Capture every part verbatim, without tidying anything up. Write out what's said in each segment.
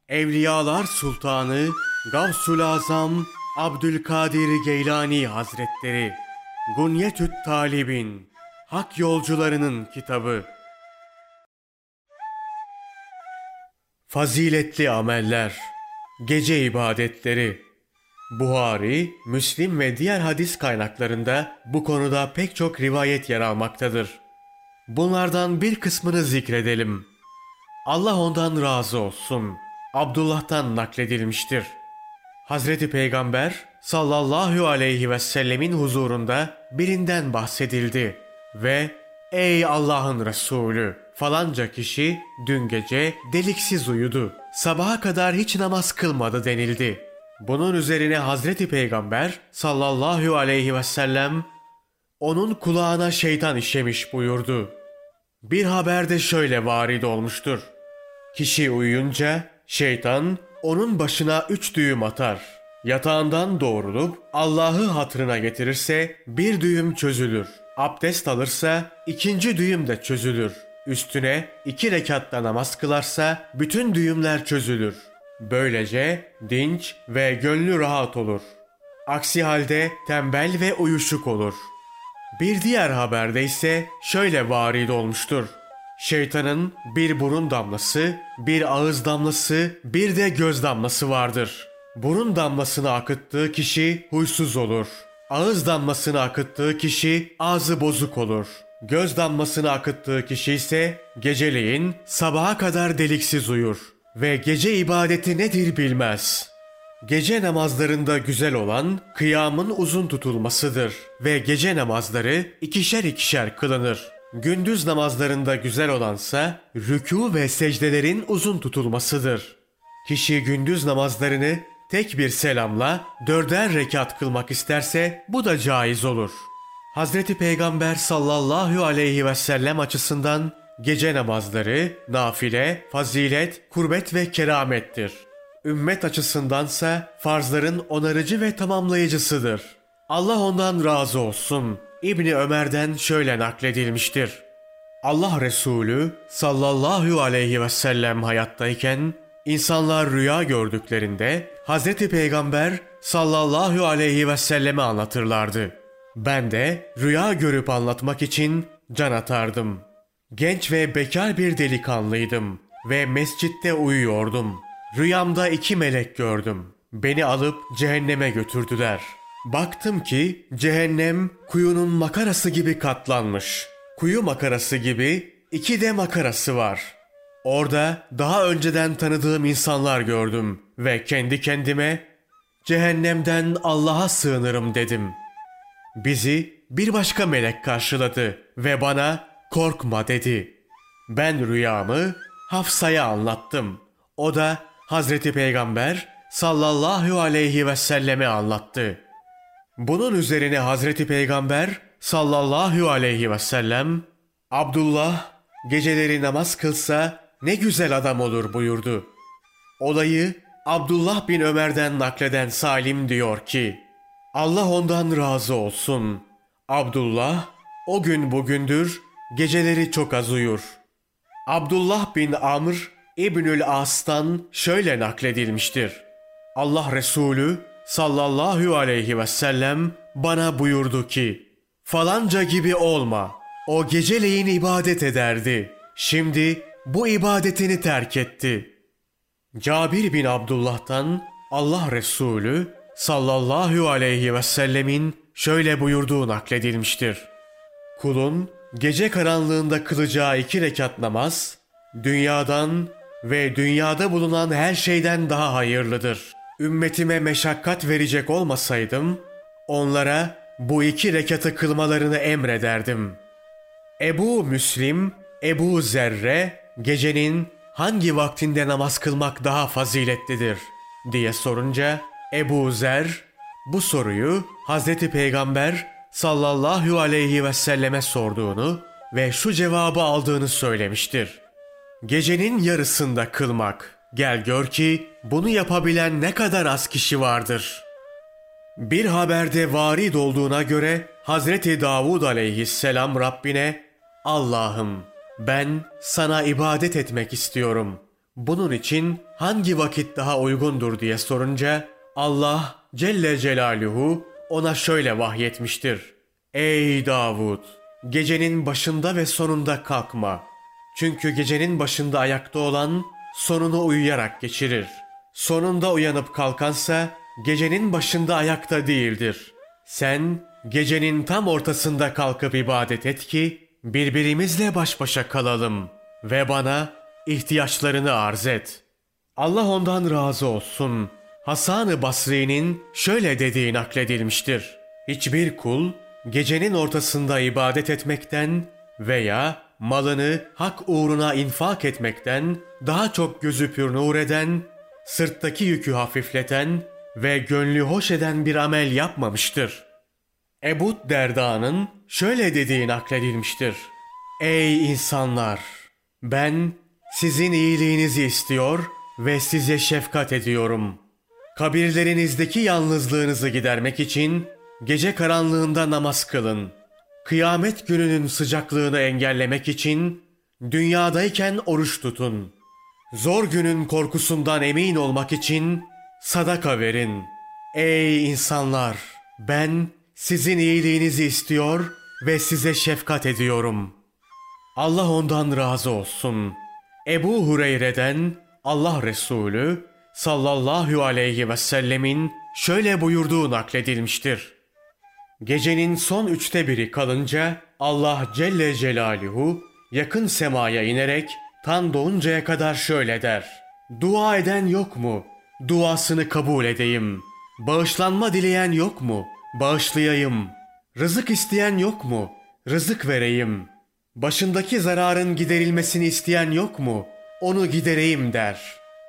Evliyalar Sultanı Gavsul Azam Abdülkadir Geylani Hazretleri, Gunyetü't Talibin, Hak Yolcularının Kitabı. Faziletli ameller, gece ibadetleri. Buhari, Müslim ve diğer hadis kaynaklarında bu konuda pek çok rivayet yer almaktadır. Bunlardan bir kısmını zikredelim. Allah ondan razı olsun. Abdullah'tan nakledilmiştir. Hazreti Peygamber sallallahu aleyhi ve sellemin huzurunda birinden bahsedildi ve "Ey Allah'ın Resulü, falanca kişi dün gece deliksiz uyudu. Sabaha kadar hiç namaz kılmadı" denildi. Bunun üzerine Hazreti Peygamber sallallahu aleyhi ve sellem "Onun kulağına şeytan işemiş" buyurdu. Bir haberde şöyle varid olmuştur: Kişi uyuyunca şeytan onun başına üç düğüm atar. Yatağından doğrulup Allah'ı hatırına getirirse bir düğüm çözülür. Abdest alırsa ikinci düğüm de çözülür. Üstüne iki rekatta namaz kılarsa bütün düğümler çözülür. Böylece dinç ve gönlü rahat olur. Aksi halde tembel ve uyuşuk olur. Bir diğer haberde ise şöyle varid olmuştur: Şeytanın bir burun damlası, bir ağız damlası, bir de göz damlası vardır. Burun damlasını akıttığı kişi huysuz olur. Ağız damlasını akıttığı kişi ağzı bozuk olur. Göz damlasını akıttığı kişi ise geceleyin sabaha kadar deliksiz uyur ve gece ibadeti nedir bilmez. Gece namazlarında güzel olan kıyamın uzun tutulmasıdır ve gece namazları ikişer ikişer kılınır. Gündüz namazlarında güzel olansa rükû ve secdelerin uzun tutulmasıdır. Kişi gündüz namazlarını tek bir selamla dörder rekat kılmak isterse bu da caiz olur. Hazreti Peygamber sallallahu aleyhi ve sellem açısından gece namazları nafile, fazilet, kurbet ve keramettir. Ümmet açısındansa farzların onarıcı ve tamamlayıcısıdır. Allah ondan razı olsun. İbni Ömer'den şöyle nakledilmiştir: Allah Resulü sallallahu aleyhi ve sellem hayattayken insanlar rüya gördüklerinde Hazreti Peygamber sallallahu aleyhi ve selleme anlatırlardı. Ben de rüya görüp anlatmak için can atardım. Genç ve bekar bir delikanlıydım ve mescitte uyuyordum. Rüyamda iki melek gördüm. Beni alıp cehenneme götürdüler. Baktım ki cehennem kuyunun makarası gibi katlanmış. Kuyu makarası gibi iki de makarası var. Orada daha önceden tanıdığım insanlar gördüm ve kendi kendime "Cehennemden Allah'a sığınırım" dedim. Bizi bir başka melek karşıladı ve bana "Korkma" dedi. Ben rüyamı Hafsa'ya anlattım. O da Hazreti Peygamber sallallahu aleyhi ve selleme anlattı. Bunun üzerine Hazreti Peygamber sallallahu aleyhi ve sellem "Abdullah geceleri namaz kılsa ne güzel adam olur" buyurdu. Olayı Abdullah bin Ömer'den nakleden Salim diyor ki, Allah ondan razı olsun. Abdullah o gün bugündür geceleri çok az uyur. Abdullah bin Amr İbnül As'tan şöyle nakledilmiştir: Allah Resulü sallallahu aleyhi ve sellem bana buyurdu ki, falanca gibi olma. O geceleyin ibadet ederdi. Şimdi bu ibadetini terk etti. Cabir bin Abdullah'tan Allah Resulü sallallahu aleyhi ve sellemin şöyle buyurduğu nakledilmiştir: Kulun gece karanlığında kılacağı iki rekat namaz, dünyadan ve dünyada bulunan her şeyden daha hayırlıdır. Ümmetime meşakkat verecek olmasaydım, onlara bu iki rekatı kılmalarını emrederdim. Ebu Müslim, Ebu Zerre, gecenin hangi vaktinde namaz kılmak daha faziletlidir diye sorunca, Ebu Zer bu soruyu Hazreti Peygamber sallallahu aleyhi ve selleme sorduğunu ve şu cevabı aldığını söylemiştir: Gecenin yarısında kılmak. Gel gör ki bunu yapabilen ne kadar az kişi vardır. Bir haberde varid olduğuna göre Hazreti Davud aleyhisselam Rabbine, Allah'ım ben sana ibadet etmek istiyorum. Bunun için hangi vakit daha uygundur diye sorunca Allah Celle Celaluhu ona şöyle vahyetmiştir. Ey Davud! Gecenin başında ve sonunda kalkma. Çünkü gecenin başında ayakta olan sonunu uyuyarak geçirir. Sonunda uyanıp kalkansa gecenin başında ayakta değildir. Sen gecenin tam ortasında kalkıp ibadet et ki birbirimizle baş başa kalalım ve bana ihtiyaçlarını arz et. Allah ondan razı olsun. Hasan-ı Basri'nin şöyle dediği nakledilmiştir. Hiçbir kul gecenin ortasında ibadet etmekten veya malını hak uğruna infak etmekten daha çok gözü pür nur eden, sırttaki yükü hafifleten ve gönlü hoş eden bir amel yapmamıştır. Ebu Derda'nın şöyle dediği nakledilmiştir. Ey insanlar! Ben sizin iyiliğinizi istiyor ve size şefkat ediyorum. Kabirlerinizdeki yalnızlığınızı gidermek için gece karanlığında namaz kılın. Kıyamet gününün sıcaklığını engellemek için dünyadayken oruç tutun. Zor günün korkusundan emin olmak için sadaka verin. Ey insanlar! Ben sizin iyiliğinizi istiyor ve size şefkat ediyorum. Allah ondan razı olsun. Ebu Hureyre'den Allah Resulü sallallahu aleyhi ve sellemin şöyle buyurduğu nakledilmiştir. Gecenin son üçte biri kalınca Allah Celle Celaluhu yakın semaya inerek tan doğuncaya kadar şöyle der. Dua eden yok mu? Duasını kabul edeyim. Bağışlanma dileyen yok mu? Bağışlayayım. Rızık isteyen yok mu? Rızık vereyim. Başındaki zararın giderilmesini isteyen yok mu? Onu gidereyim der.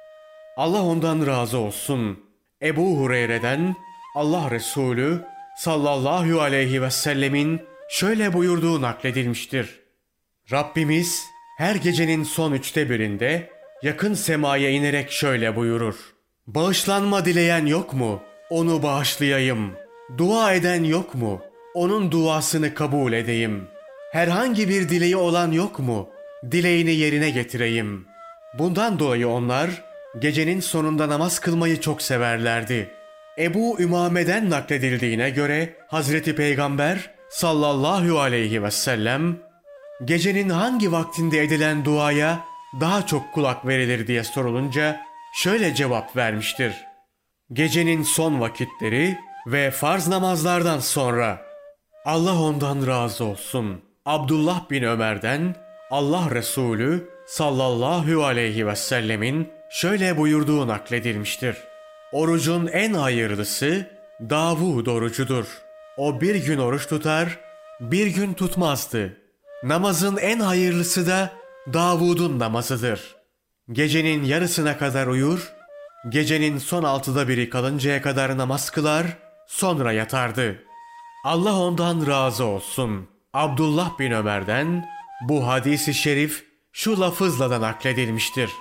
Allah ondan razı olsun. Ebu Hureyre'den Allah Resulü sallallahu aleyhi ve sellemin şöyle buyurduğu nakledilmiştir. Rabbimiz her gecenin son üçte birinde yakın semaya inerek şöyle buyurur. Bağışlanma dileyen yok mu? Onu bağışlayayım. Dua eden yok mu? Onun duasını kabul edeyim. Herhangi bir dileği olan yok mu? Dileğini yerine getireyim. Bundan dolayı onlar gecenin sonunda namaz kılmayı çok severlerdi. Ebu Ümame'den nakledildiğine göre Hazreti Peygamber sallallahu aleyhi ve sellem gecenin hangi vaktinde edilen duaya daha çok kulak verilir diye sorulunca şöyle cevap vermiştir. Gecenin son vakitleri ve farz namazlardan sonra. Allah ondan razı olsun. Abdullah bin Ömer'den Allah Resulü sallallahu aleyhi ve sellemin şöyle buyurduğu nakledilmiştir. Orucun en hayırlısı Davud orucudur. O bir gün oruç tutar, bir gün tutmazdı. Namazın en hayırlısı da Davud'un namazıdır. Gecenin yarısına kadar uyur, gecenin son altıda biri kalıncaya kadar namaz kılar, sonra yatardı. Allah ondan razı olsun. Abdullah bin Ömer'den bu hadis-i şerif şu lafızla da nakledilmiştir.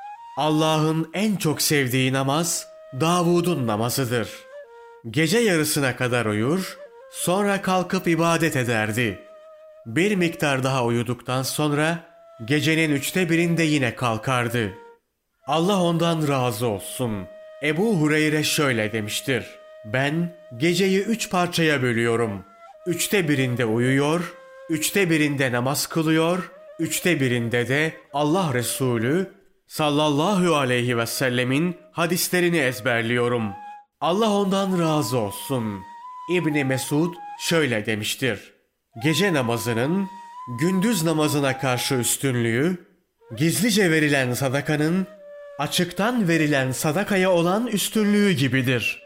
Allah'ın en çok sevdiği namaz Davud'un namazıdır. Gece yarısına kadar uyur, sonra kalkıp ibadet ederdi. Bir miktar daha uyuduktan sonra gecenin üçte birinde yine kalkardı. Allah ondan razı olsun. Ebu Hureyre şöyle demiştir. Ben geceyi üç parçaya bölüyorum. Üçte birinde uyuyor, üçte birinde namaz kılıyor, üçte birinde de Allah Resulü sallallahu aleyhi ve sellemin hadislerini ezberliyorum. Allah ondan razı olsun. İbni Mesud şöyle demiştir. Gece namazının gündüz namazına karşı üstünlüğü, gizlice verilen sadakanın açıktan verilen sadakaya olan üstünlüğü gibidir.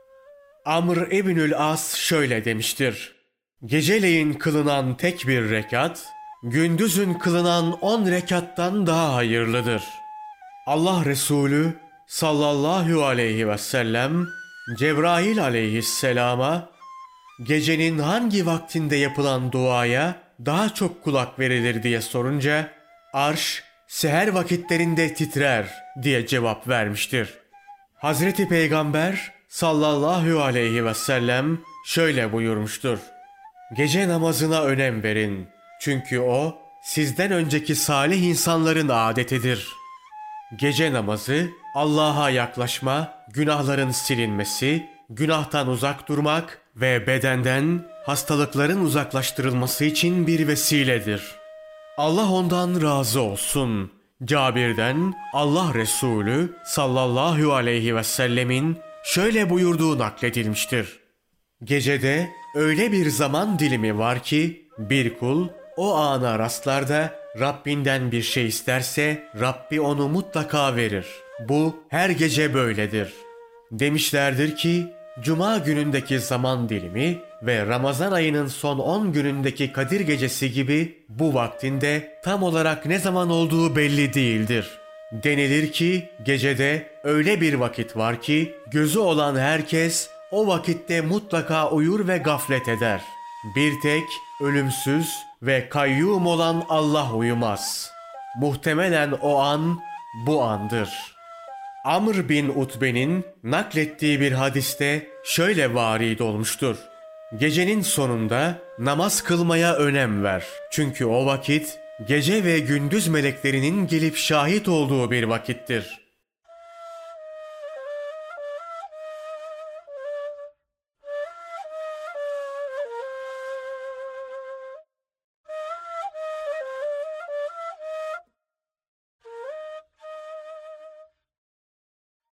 Amr İbnül As şöyle demiştir. Geceleyin kılınan tek bir rekat, gündüzün kılınan on rekattan daha hayırlıdır. Allah Resulü sallallahu aleyhi ve sellem Cebrail aleyhisselama gecenin hangi vaktinde yapılan duaya daha çok kulak verilir diye sorunca arş seher vakitlerinde titrer diye cevap vermiştir. Hazreti Peygamber sallallahu aleyhi ve sellem şöyle buyurmuştur. Gece namazına önem verin. Çünkü o sizden önceki salih insanların adetidir. Gece namazı, Allah'a yaklaşma, günahların silinmesi, günahtan uzak durmak ve bedenden hastalıkların uzaklaştırılması için bir vesiledir. Allah ondan razı olsun. Cabir'den Allah Resulü sallallahu aleyhi ve sellemin şöyle buyurduğu nakledilmiştir. Gecede öyle bir zaman dilimi var ki bir kul o ana rastlar da Rabbinden bir şey isterse Rabbi onu mutlaka verir. Bu her gece böyledir. Demişlerdir ki Cuma günündeki zaman dilimi ve Ramazan ayının son on günündeki Kadir gecesi gibi bu vaktinde tam olarak ne zaman olduğu belli değildir. Denilir ki gecede öyle bir vakit var ki gözü olan herkes o vakitte mutlaka uyur ve gaflet eder. Bir tek ölümsüz ve kayyum olan Allah uyumaz. Muhtemelen o an bu andır. Amr bin Utbe'nin naklettiği bir hadiste şöyle varid olmuştur. Gecenin sonunda namaz kılmaya önem ver. Çünkü o vakit gece ve gündüz meleklerinin gelip şahit olduğu bir vakittir.